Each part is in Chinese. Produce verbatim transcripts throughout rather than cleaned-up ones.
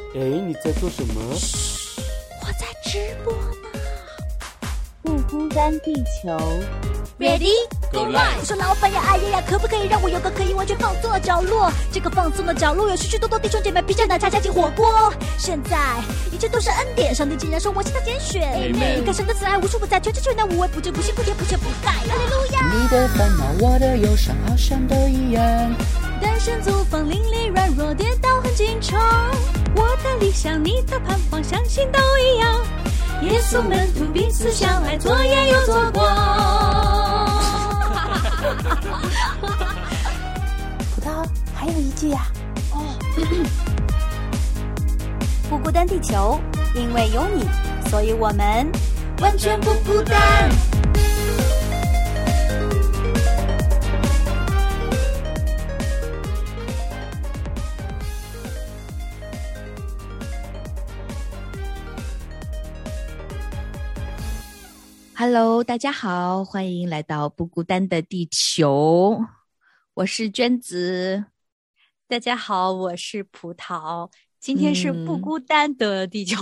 哎，你在做什么？ 嘘，我在直播呢。 不孤单地球 Ready Go live。 我说老板呀，哎呀呀，可不可以让我有个可以完全放松的角落？这个放松的角落有许许多多弟兄姐妹披着奶茶加进火锅。现在一切都是恩典，上帝竟然说我是他拣选。 Amen。 你看神的慈爱无处不在，全知全能无微不至，不辛不甜不缺不盖。哈利路亚。 你的烦恼，我的忧伤，好像都一样。 单身租房，邻里软弱，跌倒很紧张。我的理想，你的盼望，相信都一样。耶稣门徒彼此相爱，左眼又左光。 葡萄还有一句呀、啊， 哦，不孤单地球，因为有你，所以我们完全不孤单。 Hello， 大家好，欢迎来到不孤单的地球，我是娟子。 大家好，我是葡萄。今天是不孤单的地球。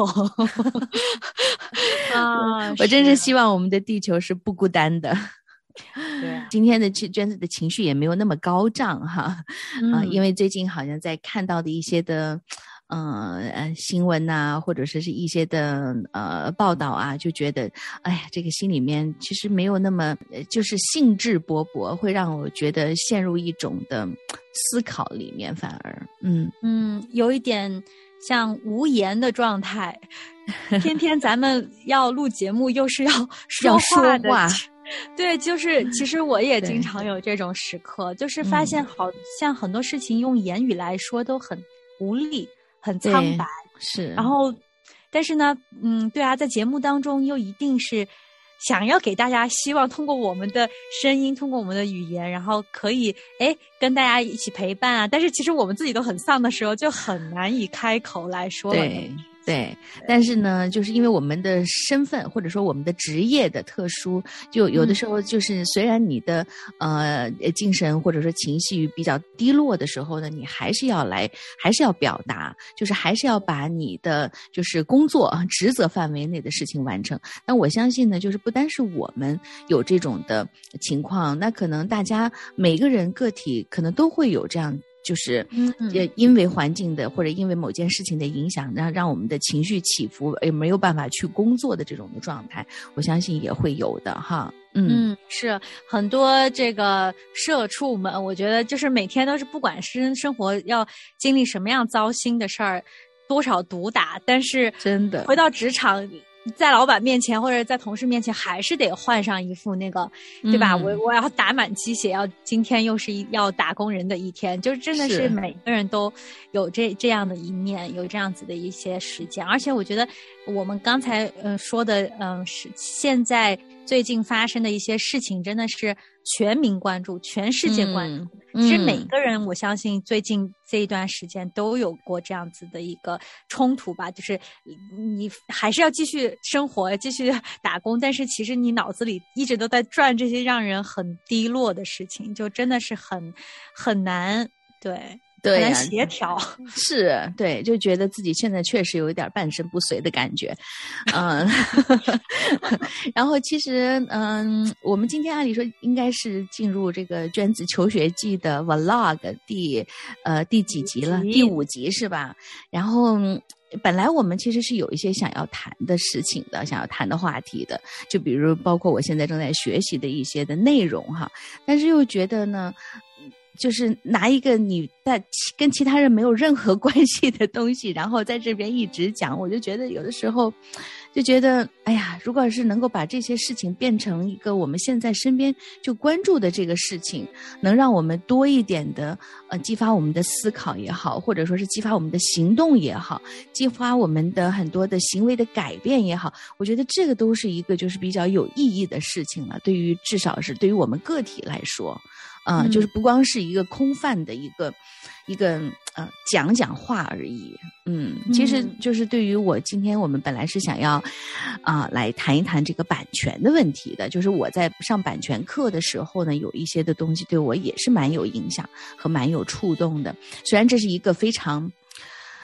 嗯、啊，我真是希望我们的地球是不孤单的。 对、啊， 今天的娟子的情绪也没有那么高涨哈，嗯、呃，因为最近好像在看到的一些的。呃呃，新闻呐、啊，或者说是一些的呃报道啊，就觉得，哎呀，这个心里面其实没有那么，就是兴致勃勃，会让我觉得陷入一种的思考里面，反而，嗯嗯，有一点像无言的状态。天天咱们要录节目，又是要说话的。 要说话对，就是其实我也经常有这种时刻，就是发现好像很多事情用言语来说都很无力。很苍白， 是。 然后，但是呢，嗯，对啊，在节目当中又一定是想要给大家希望，通过我们的声音，通过我们的语言，然后可以哎跟大家一起陪伴啊。但是其实我们自己都很丧的时候，就很难以开口来说了。 对。对，但是呢，就是因为我们的身份或者说我们的职业的特殊，就有的时候就是虽然你的、嗯、呃精神或者说情绪比较低落的时候呢，你还是要来，还是要表达，就是还是要把你的就是工作职责范围内的事情完成。但我相信呢，就是不单是我们有这种的情况，那可能大家每个人个体可能都会有这样。就是因为环境的或者因为某件事情的影响，让让我们的情绪起伏，也没有办法去工作的这种的状态，我相信也会有的哈。嗯, 嗯，是很多这个社畜们，我觉得就是每天都是不管是生活要经历什么样糟心的事儿，多少毒打，但是真的回到职场。在老板面前或者在同事面前，还是得换上一副那个，对吧？嗯、我我要打满鸡血，要今天又是一要打工人的一天，就是真的是每个人都有这这样的一面，有这样子的一些时间。而且我觉得我们刚才嗯、呃、说的嗯、呃、是现在最近发生的一些事情，真的是全民关注，全世界关注。嗯、其实每个人，我相信最近这一段时间都有过这样子的一个冲突吧，就是你还是要继续生活，继续打工，但是其实你脑子里一直都在转这些让人很低落的事情，就真的是很很难，对。 对、啊， 很难协调， 是对，就觉得自己现在确实有一点半身不遂的感觉，嗯，然后其实，嗯，我们今天按理说应该是进入这个娟子求学记的 vlog 第呃第几集了？第五集是吧？然后。本来我们其实是有一些想要谈的事情的，想要谈的话题的，就比如包括我现在正在学习的一些的内容哈，但是又觉得呢，就是拿一个你在跟其他人没有任何关系的东西，然后在这边一直讲，我就觉得有的时候就觉得，哎呀，如果是能够把这些事情变成一个我们现在身边就关注的这个事情，能让我们多一点的呃激发我们的思考也好，或者说是激发我们的行动也好，激发我们的很多的行为的改变也好，我觉得这个都是一个就是比较有意义的事情了，对于至少是对于我们个体来说。啊、呃嗯，就是不光是一个空泛的一个一个呃讲讲话而已，嗯，其实就是对于我今天我们本来是想要啊、呃、来谈一谈这个版权的问题的，就是我在上版权课的时候呢，有一些的东西对我也是蛮有影响和蛮有触动的，虽然这是一个非常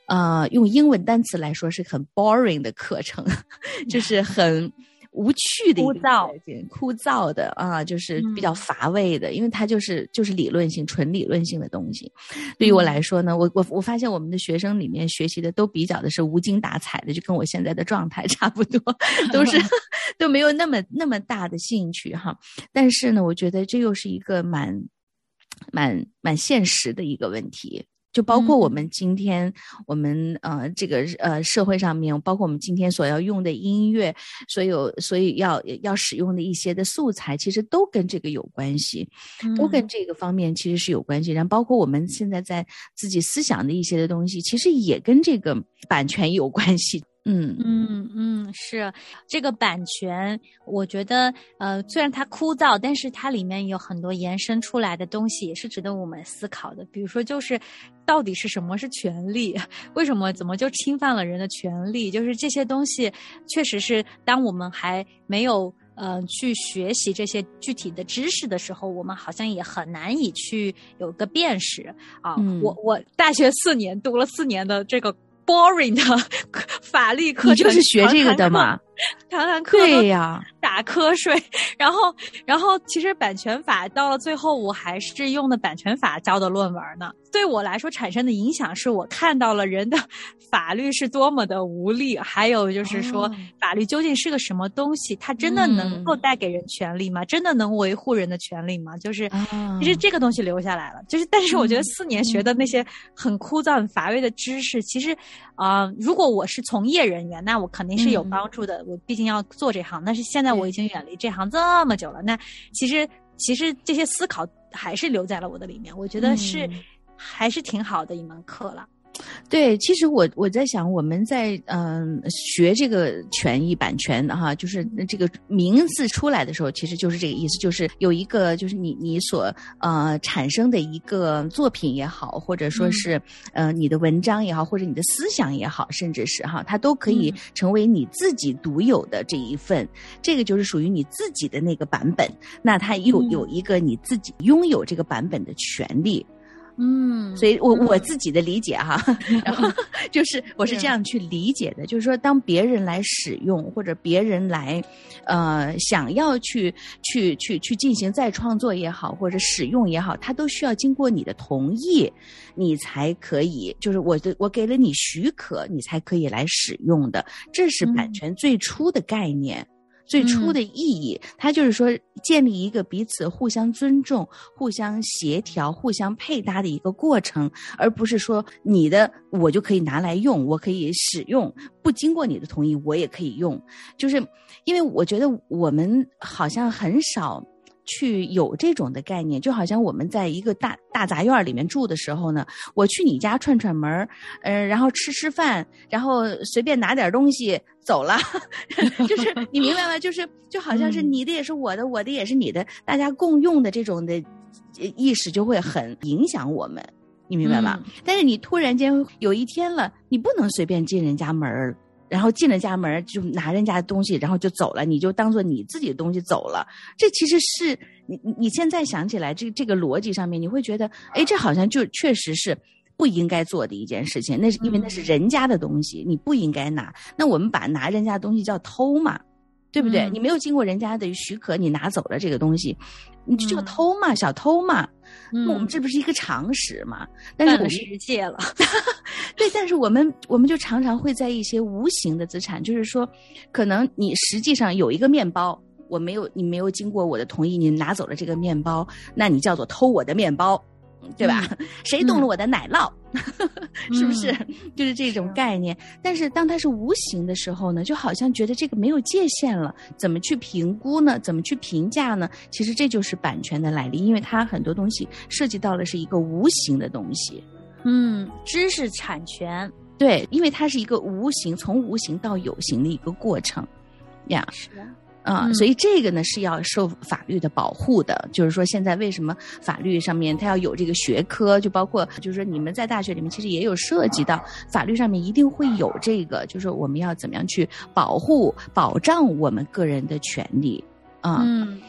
呃，用英文单词来说是很 boring 的课程，就是很无趣的一个枯燥枯燥的啊，就是比较乏味的，嗯、因为它就是就是理论性纯理论性的东西。对于我来说呢，我我我发现我们的学生里面学习的都比较的是无精打采的，就跟我现在的状态差不多，都是都没有那么那么大的兴趣哈。但是呢，我觉得这又是一个蛮蛮蛮现实的一个问题。就包括我们今天、嗯、我们呃这个呃社会上面，包括我们今天所要用的音乐，所有所以要要使用的一些的素材，其实都跟这个有关系，嗯、都跟这个方面其实是有关系。然后包括我们现在在自己思想的一些的东西，其实也跟这个版权有关系。嗯嗯嗯，是这个版权，我觉得呃，虽然它枯燥，但是它里面有很多延伸出来的东西，也是值得我们思考的。比如说，就是到底是什么是权利？为什么怎么就侵犯了人的权利？就是这些东西，确实是当我们还没有呃去学习这些具体的知识的时候，我们好像也很难以去有个辨识啊。嗯、我我大学四年读了四年的这个boring 的法律课程， 你就是学这个的嘛？ 堂堂课对呀， 打瞌睡。然后，然后其实版权法到了最后，我还是用的版权法交的论文呢。对我来说产生的影响是我看到了人的法律是多么的无力，还有就是说、哦、法律究竟是个什么东西，它真的能够带给人权利吗？嗯、真的能维护人的权利吗？就是、哦、其实这个东西留下来了，就是但是我觉得四年学的那些很枯燥很乏味的知识，其实啊、呃，如果我是从业人员，那我肯定是有帮助的。嗯、我毕竟要做这行，但是现在我已经远离这行这么久了，那其实其实这些思考还是留在了我的里面，我觉得是、嗯、还是挺好的一门课了。 对，其实我我在想，我们在嗯、呃、学这个权益版权哈，就是这个名字出来的时候，其实就是这个意思，就是有一个就是你你所呃产生的一个作品也好，或者说是、嗯、呃你的文章也好，或者你的思想也好，甚至是哈，它都可以成为你自己独有的这一份，嗯、这个就是属于你自己的那个版本，那它又有一个你自己拥有这个版本的权利。嗯，所以我我自己的理解哈，然后就是我是这样去理解的，就是说当别人来使用或者别人来，呃，想要去去去去进行再创作也好，或者使用也好，它都需要经过你的同意，你才可以，就是我的我给了你许可，你才可以来使用的，这是版权最初的概念。嗯最初的意义，嗯、它就是说建立一个彼此互相尊重、互相协调、互相配搭的一个过程，而不是说你的我就可以拿来用，我可以使用，不经过你的同意我也可以用。就是因为我觉得我们好像很少去有这种的概念，就好像我们在一个大大杂院里面住的时候呢，我去你家串串门，呃，然后吃吃饭，然后随便拿点东西走了，就是你明白吗？就是就好像是你的也是我的，嗯、我的也是你的，大家共用的这种的意识就会很影响我们，你明白吗？嗯、但是你突然间有一天了，你不能随便进人家门，然后进了家门就拿人家的东西，然后就走了，你就当做你自己的东西走了。这其实是你你现在想起来，这这个逻辑上面，你会觉得，哎，这好像就确实是不应该做的一件事情。那是因为那是人家的东西，你不应该拿。那我们把拿人家的东西叫偷嘛，对不对？嗯、你没有经过人家的许可，你拿走了这个东西，你就叫偷嘛，嗯、小偷嘛。那我们这不是一个常识嘛？但是我们世界了， 对，但是我们我们就常常会在一些无形的资产，就是说，可能你实际上有一个面包，我没有，你没有经过我的同意，你拿走了这个面包，那你叫做偷我的面包，对吧？嗯、谁动了我的奶酪？嗯、是不是？就是这种概念。但是当它是无形的时候呢，就好像觉得这个没有界限了，怎么去评估呢？怎么去评价呢？其实这就是版权的来历，因为它很多东西涉及到的是一个无形的东西。 嗯，知识产权。 对，因为它是一个无形，从无形到有形的一个过程呀。 是的。 啊、嗯，所以这个呢是要受法律的保护的。就是说，现在为什么法律上面它要有这个学科，就包括就是说你们在大学里面其实也有涉及到法律上面一定会有这个，就是我们要怎么样去保护、保障我们个人的权利啊。嗯，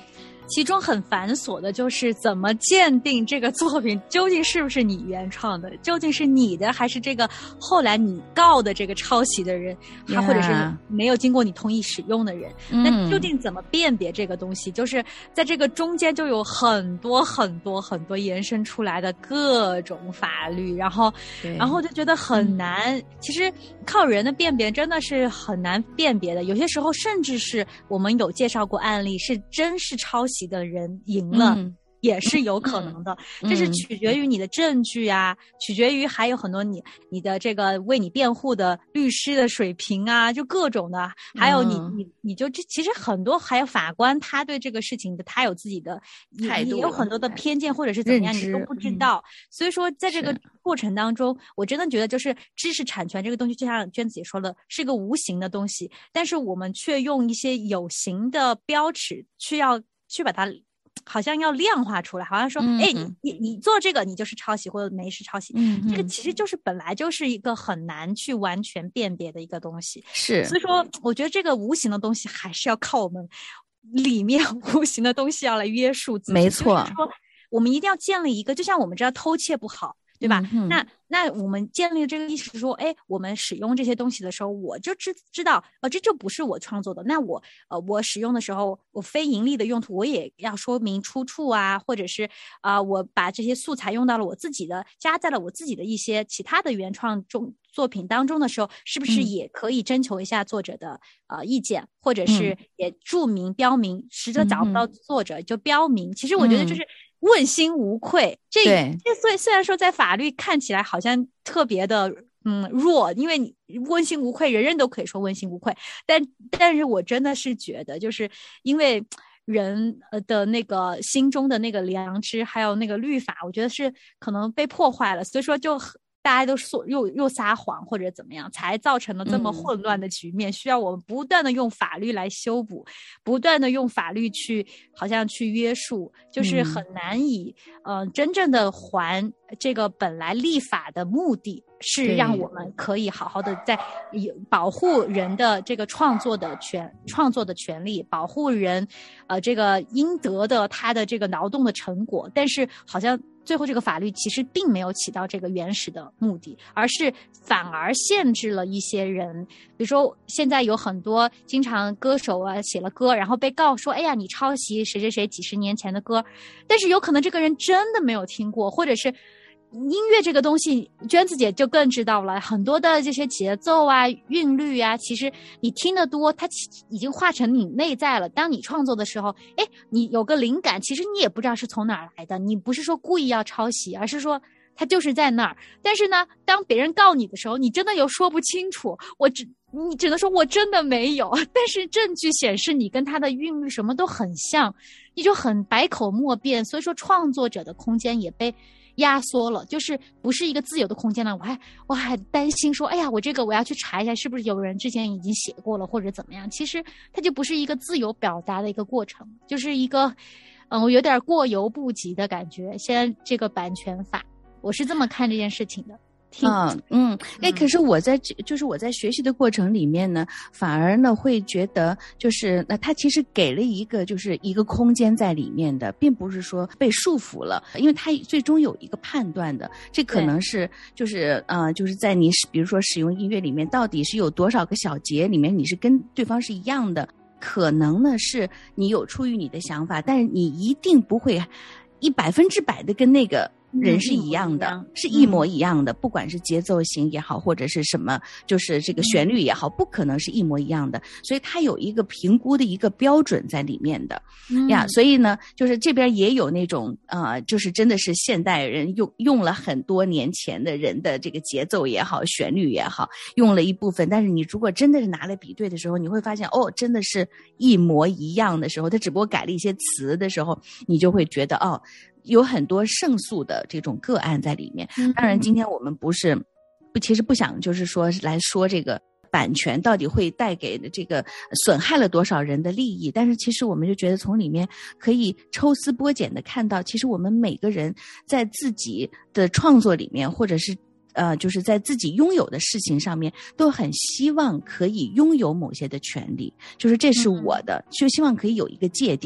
其中很繁琐的就是怎么鉴定这个作品究竟是不是你原创的，究竟是你的还是这个后来你告的这个抄袭的人，他、yeah. 或者是没有经过你同意使用的人，那、嗯、究竟怎么辨别这个东西，就是在这个中间就有很多很多很多延伸出来的各种法律，然后然后就觉得很难、嗯、其实靠人的辨别真的是很难辨别的，有些时候甚至是我们有介绍过案例是真是抄袭的人赢了、嗯、也是有可能的、嗯、这是取决于你的证据啊、嗯、取决于还有很多你你的这个为你辩护的律师的水平啊，就各种的，还有你、嗯、你你就其实很多还有法官他对这个事情的他有自己的态度，也有很多的偏见或者是怎么样你都不知道、嗯、所以说在这个过程当中我真的觉得就是知识产权这个东西就像娟子姐说的是一个无形的东西，但是我们却用一些有形的标尺去要去把它好像要量化出来，好像说哎、嗯，你你你做这个你就是抄袭或者没是抄袭、嗯、这个其实就是本来就是一个很难去完全辨别的一个东西，是所以说我觉得这个无形的东西还是要靠我们里面无形的东西要来约束自己，没错、就是、说我们一定要建立一个，就像我们知道偷窃不好对吧、嗯、那那我们建立这个意识说哎，我们使用这些东西的时候我就知知道呃，这就不是我创作的，那我呃我使用的时候我非盈利的用途我也要说明出处啊，或者是啊、呃、我把这些素材用到了我自己的加在了我自己的一些其他的原创中作品当中的时候，是不是也可以征求一下作者的、嗯、呃意见，或者是也注明标明，实则找不到作者就标明、嗯、其实我觉得就是问心无愧，这这虽虽然说在法律看起来好像特别的嗯弱，因为你问心无愧人人都可以说问心无愧，但但是我真的是觉得就是因为人的那个心中的那个良知还有那个律法我觉得是可能被破坏了，所以说就大家都说又又撒谎或者怎么样，才造成了这么混乱的局面、嗯、需要我们不断的用法律来修补，不断的用法律去好像去约束，就是很难以嗯、呃、真正的还这个本来立法的目的是让我们可以好好的在保护人的这个创作的权创作的权利，保护人呃这个应得的他的这个劳动的成果，但是好像最后这个法律其实并没有起到这个原始的目的，而是反而限制了一些人，比如说现在有很多经常歌手啊写了歌然后被告说哎呀你抄袭谁谁谁几十年前的歌，但是有可能这个人真的没有听过，或者是音乐这个东西娟子姐就更知道了，很多的这些节奏啊韵律啊其实你听得多它已经化成你内在了，当你创作的时候哎，你有个灵感其实你也不知道是从哪儿来的，你不是说故意要抄袭，而是说它就是在那儿，但是呢当别人告你的时候你真的又说不清楚，我只你只能说我真的没有，但是证据显示你跟他的韵律什么都很像，你就很百口莫辩，所以说创作者的空间也被压缩了，就是不是一个自由的空间了。我还我还担心说哎呀我这个我要去查一下是不是有人之前已经写过了或者怎么样，其实它就不是一个自由表达的一个过程，就是一个嗯我有点过犹不及的感觉，现在这个版权法我是这么看这件事情的。 嗯嗯，哎，可是我在就是我在学习的过程里面呢，反而呢会觉得就是那他其实给了一个就是一个空间在里面的，并不是说被束缚了，因为他最终有一个判断的，这可能是就是呃就是在你比如说使用音乐里面到底是有多少个小节里面你是跟对方是一样的，可能呢是你有出于你的想法，但是你一定不会一百分之百的跟那个人是一样的、嗯、是一模一样的、嗯、不管是节奏型也好或者是什么就是这个旋律也好、嗯、不可能是一模一样的，所以它有一个评估的一个标准在里面的、嗯、呀，所以呢就是这边也有那种呃，就是真的是现代人用用了很多年前的人的这个节奏也好旋律也好用了一部分，但是你如果真的是拿来比对的时候你会发现哦真的是一模一样的时候，它只不过改了一些词的时候你就会觉得哦有很多胜诉的这种个案在里面。当然今天我们不是不其实不想就是说来说这个版权到底会带给的这个损害了多少人的利益，但是其实我们就觉得从里面可以抽丝剥茧的看到，其实我们每个人在自己的创作里面或者是呃，就是在自己拥有的事情上面都很希望可以拥有某些的权利，就是这是我的、嗯、就希望可以有一个界定，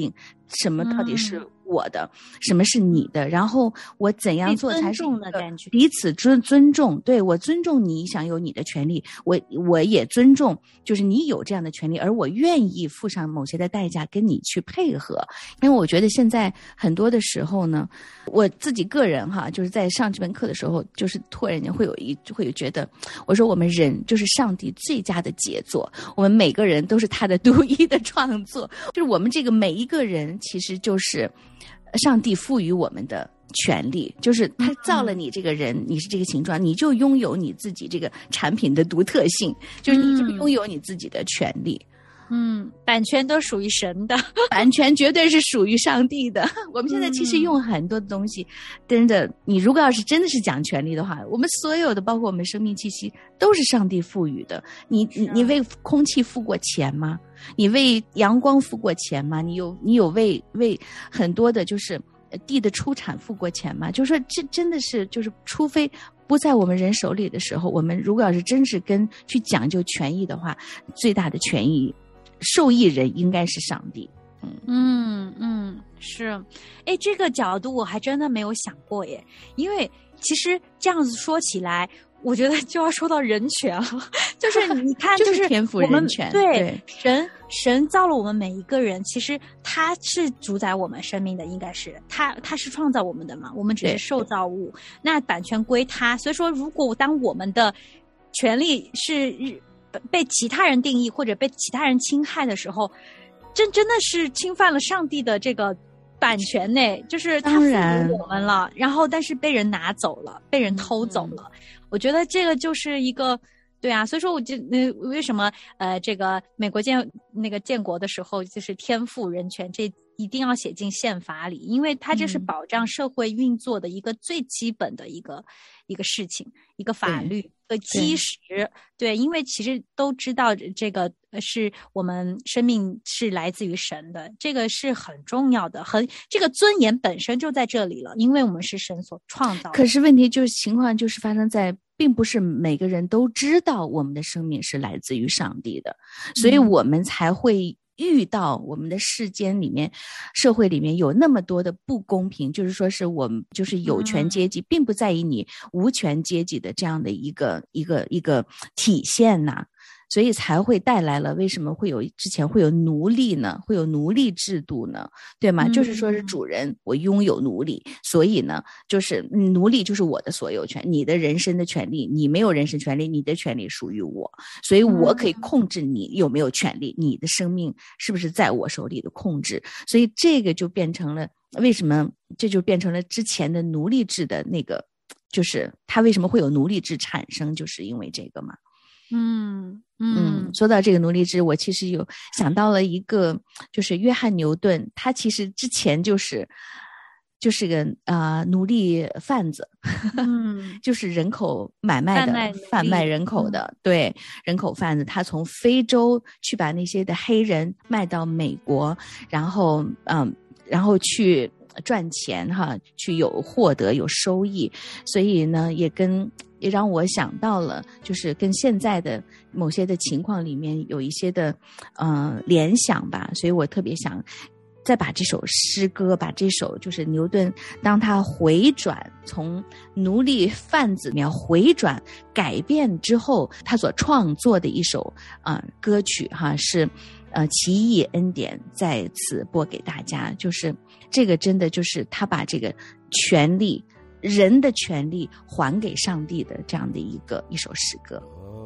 什么到底是我的、嗯、什么是你的，然后我怎样做才是尊重的感觉， 彼此尊尊重，对，我尊重你享有你的权利，我我也尊重就是你有这样的权利，而我愿意付上某些的代价跟你去配合。因为我觉得现在很多的时候呢，我自己个人哈，就是在上这门课的时候，就是突然间会有一会有觉得，我说我们人就是上帝最佳的杰作，我们每个人都是他的独一的创作，就是我们这个每一个人其实就是上帝赋予我们的权利，就是他造了你这个人、嗯、你是这个形状，你就拥有你自己这个产品的独特性，就是你就拥有你自己的权利。 嗯，版权都属于神的， 版权绝对是属于上帝的。我们现在其实用很多的东西，真的，你如果要是真的是讲权利的话，我们所有的，包括我们生命气息，都是上帝赋予的。你你你为空气付过钱吗？你为阳光付过钱吗？你有你有为为很多的，就是地的出产付过钱吗？就是说，这真的是就是，除非不在我们人手里的时候，我们如果要是真是跟去讲究权益的话，最大的权益受益人应该是上帝。嗯嗯嗯，是，哎，这个角度我还真的没有想过耶，因为其实这样子说起来，我觉得就要说到人权了，就是你看， 就是天赋人权， 对， 对神神造了我们每一个人，其实他是主宰我们生命的，应该是他他是创造我们的嘛，我们只是受造物，那版权归他，所以说如果当我们的权利是被其他人定义或者被其他人侵害的时候，这真的是侵犯了上帝的这个版权呢，就是他赋予我们了，然后但是被人拿走了，被人偷走了、嗯、我觉得这个就是一个，对啊，所以说我就呃为什么呃这个美国建那个建国的时候就是天赋人权，这一定要写进宪法里，因为它这是保障社会运作的一个最基本的一个、嗯、一个事情，一个法律，一个基石。 对, 对，因为其实都知道这个是我们生命是来自于神的，这个是很重要的，很这个尊严本身就在这里了，因为我们是神所创造的。 可是问题就是情况就是发生在并不是每个人都知道我们的生命是来自于上帝的，所以我们才会遇到我们的世间里面社会里面有那么多的不公平，就是说是我们就是有权阶级、嗯、并不在意你无权阶级的这样的一个一个一个体现呐、啊，所以才会带来了为什么会有之前会有奴隶呢，会有奴隶制度呢，对吗、嗯、就是说是主人我拥有奴隶，所以呢就是奴隶就是我的所有权，你的人身的权利，你没有人身权利，你的权利属于我，所以我可以控制你有没有权利，你的生命是不是在我手里的控制，所以这个就变成了为什么这就变成了之前的奴隶制的那个，就是它为什么会有奴隶制产生，就是因为这个嘛。 嗯嗯，说到这个奴隶制，我其实有想到了一个，就是约翰牛顿，他其实之前就是就是个啊、呃、奴隶贩子， 嗯， 就是人口买卖的贩卖贩卖人口的、嗯，对，人口贩子，他从非洲去把那些的黑人卖到美国，然后嗯，然后去赚钱哈，去有获得有收益，所以呢，也跟。也让我想到了，就是跟现在的某些的情况里面有一些的呃联想吧，所以我特别想再把这首诗歌，把这首就是牛顿当他回转从奴隶贩子里面回转改变之后，他所创作的一首啊、呃、歌曲哈，是呃奇异恩典在此播给大家，就是这个真的就是他把这个权利。人的权利还给上帝的这样的一个一首诗歌。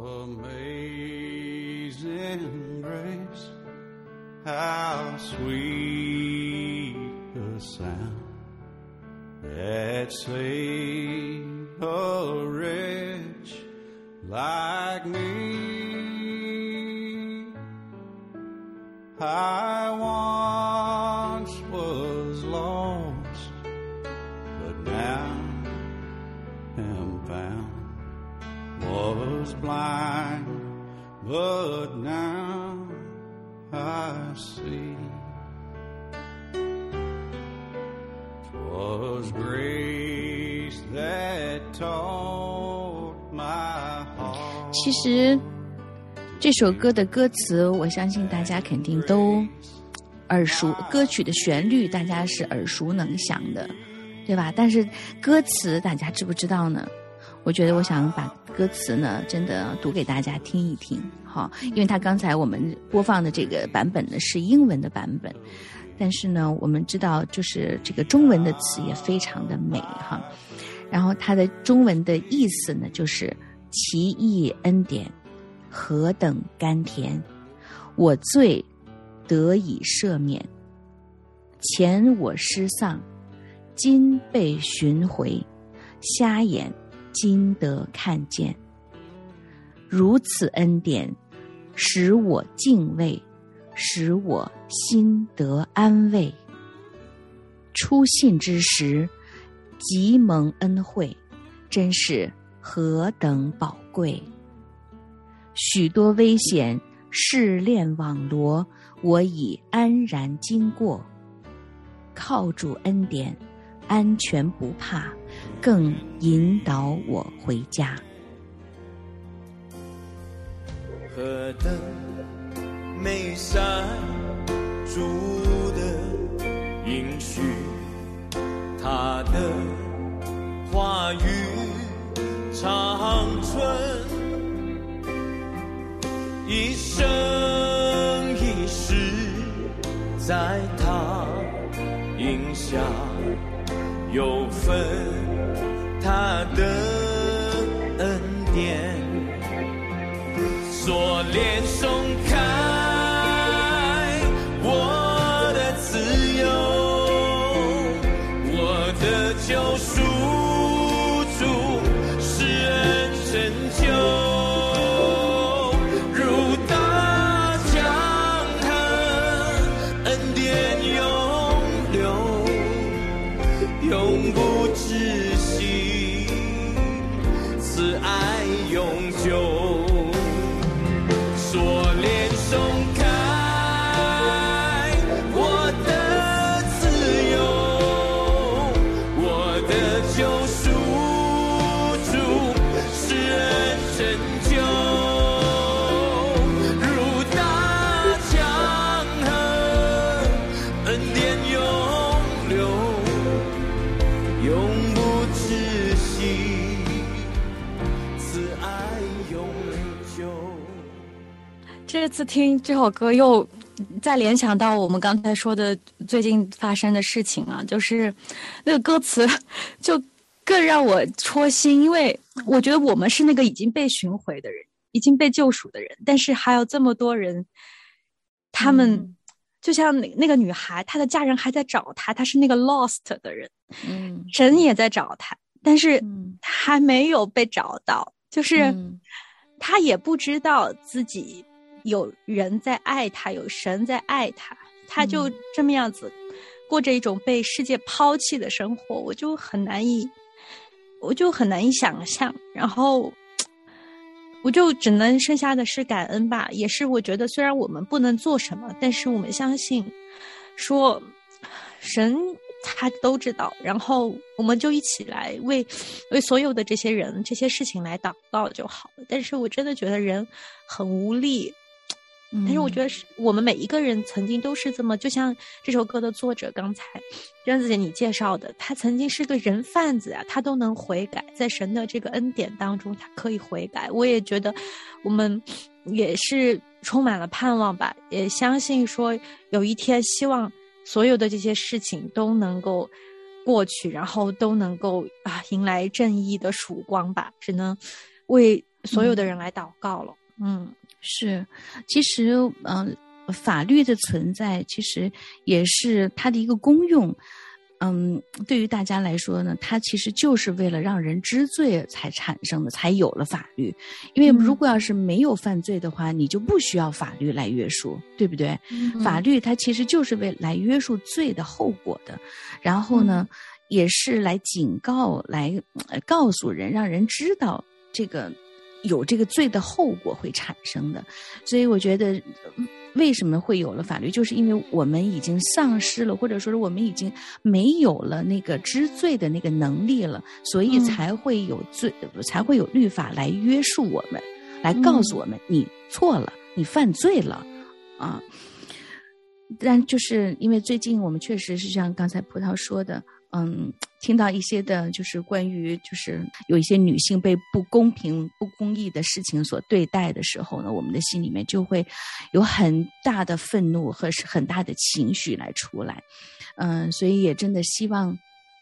Amazing grace, how sweet the sound that saved a wretch like me. I once was lost, but now am found, was blind, but now I see. 'Twas grace that taught my heart. 其实这首歌的歌词，我相信大家肯定都耳熟，歌曲的旋律大家是耳熟能详的，对吧？但是歌词大家知不知道呢？我觉得我想把歌词呢真的读给大家听一听，好，因为他刚才我们播放的这个版本呢是英文的版本，但是呢我们知道就是这个中文的词也非常的美哈。然后它的中文的意思呢，就是奇异恩典，何等甘甜，我罪得以赦免，前我失丧，今被寻回，瞎眼今得看见。如此恩典，使我敬畏，使我心得安慰。初信之时，极蒙恩惠，真是何等宝贵。许多危险试炼网罗，我已安然经过，靠主恩典，安全不怕，更引导我回家。 何等美善主的应许，他的话语长存，一生一世在他荫下有份他的恩典，锁链松开我的自由，我的救赎主施恩拯救，如大江河，恩典永流，永不止息，慈爱永久。锁链松开我的自由，我的救赎主施恩拯救，如大江河，恩典永流，永不止息，慈爱永久。 这次听这首歌又再联想到我们刚才说的最近发生的事情啊，就是那个歌词就更让我戳心，因为我觉得我们是那个已经被寻回的人，已经被救赎的人，但是还有这么多人，他们、嗯、就像那个女孩，她的家人还在找她，她是那个 lost 的人，嗯，神也在找她，但是还没有被找到，就是她也不知道自己有人在爱他，有神在爱他，他就这么样子过着一种被世界抛弃的生活，我就很难以我就很难以想象，然后我就只能剩下的是感恩吧。也是我觉得虽然我们不能做什么，但是我们相信说神他都知道，然后我们就一起来为为所有的这些人这些事情来祷告就好了。但是我真的觉得人很无力，但是我觉得是我们每一个人曾经都是这么，就像这首歌的作者刚才娟子姐你介绍的，他曾经是个人贩子啊，他都能悔改，在神的这个恩典当中他可以悔改。我也觉得我们也是充满了盼望吧，也相信说有一天希望所有的这些事情都能够过去，然后都能够啊迎来正义的曙光吧，只能为所有的人来祷告了。嗯， 是，其实嗯、呃，法律的存在其实也是它的一个功用。嗯，对于大家来说呢，它其实就是为了让人知罪才产生的，才有了法律。因为如果要是没有犯罪的话，嗯、你就不需要法律来约束，对不对？嗯、法律它其实就是为来约束罪的后果的，然后呢，嗯、也是来警告、来、呃、告诉人，让人知道这个有这个罪的后果会产生的。所以我觉得为什么会有了法律，就是因为我们已经丧失了，或者说是我们已经没有了那个知罪的那个能力了，所以才会有罪、嗯、才会有律法来约束我们，来告诉我们、嗯、你错了，你犯罪了啊。 但就是因为最近我们确实是像刚才葡萄说的，嗯，听到一些的就是关于就是有一些女性被不公平不公义的事情所对待的时候呢，我们的心里面就会有很大的愤怒和很大的情绪来出来。嗯，所以也真的希望，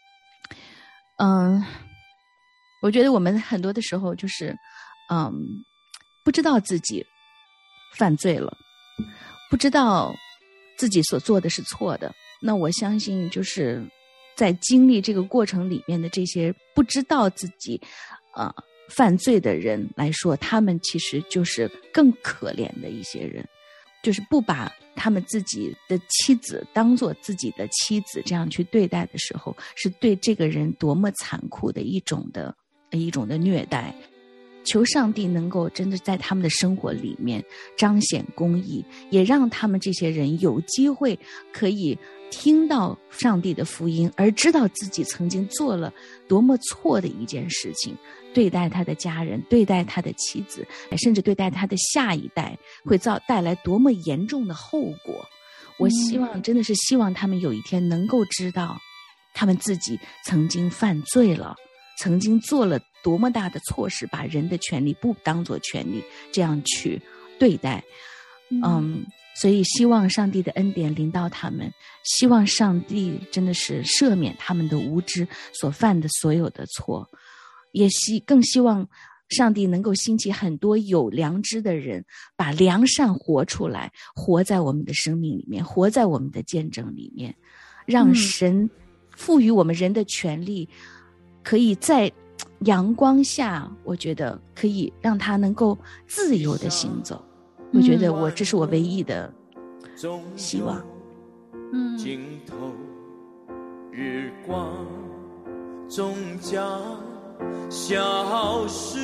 嗯，我觉得我们很多的时候就是嗯，不知道自己犯罪了，不知道自己所做的是错的，那我相信就是在经历这个过程里面的这些不知道自己呃犯罪的人来说，他们其实就是更可怜的一些人，就是不把他们自己的妻子当作自己的妻子这样去对待的时候，是对这个人多么残酷的一种的一种的虐待。求上帝能够真的在他们的生活里面彰显公义，也让他们这些人有机会可以听到上帝的福音，而知道自己曾经做了多么错的一件事情，对待他的家人，对待他的妻子，甚至对待他的下一代，会造带来多么严重的后果。我希望真的是希望他们有一天能够知道他们自己曾经犯罪了，曾经做了多么大的错事，把人的权利不当作权利这样去对待。嗯，所以希望上帝的恩典临到他们，希望上帝真的是赦免他们的无知所犯的所有的错，也希更希望上帝能够兴起很多有良知的人，把良善活出来，活在我们的生命里面，活在我们的见证里面，让神赋予我们人的权利可以在阳光下，我觉得可以让他能够自由的行走。我觉得我这是我唯一的希望。 嗯，尽头日光终将消失，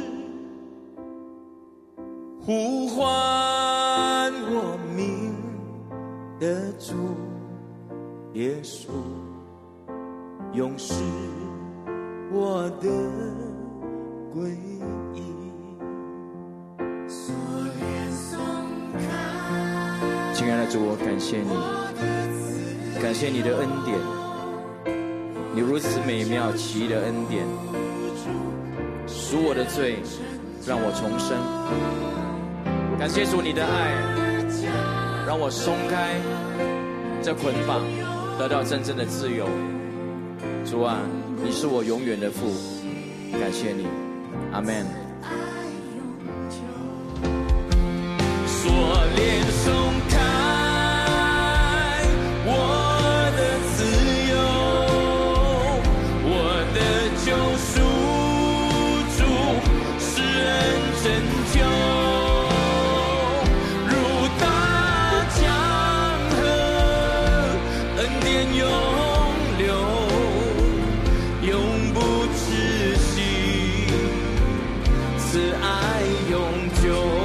呼唤我名的主耶稣，永是我的归依。亲爱的主，我感谢你，感谢你的恩典，你如此美妙奇异的恩典，赎我的罪，让我重生。感谢主你的爱，让我松开这捆绑，得到真正的自由。主啊，你是我永远的父，感谢你，阿们。锁链松开我的自由，我的救赎主施恩拯救，如大江河，恩典永流，永不止息，慈爱永久。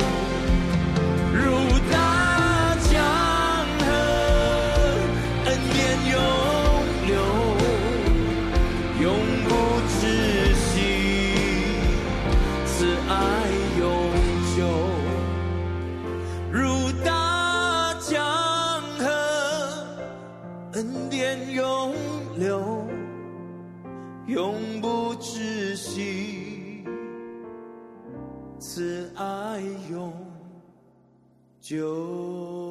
永不止息，慈爱永久。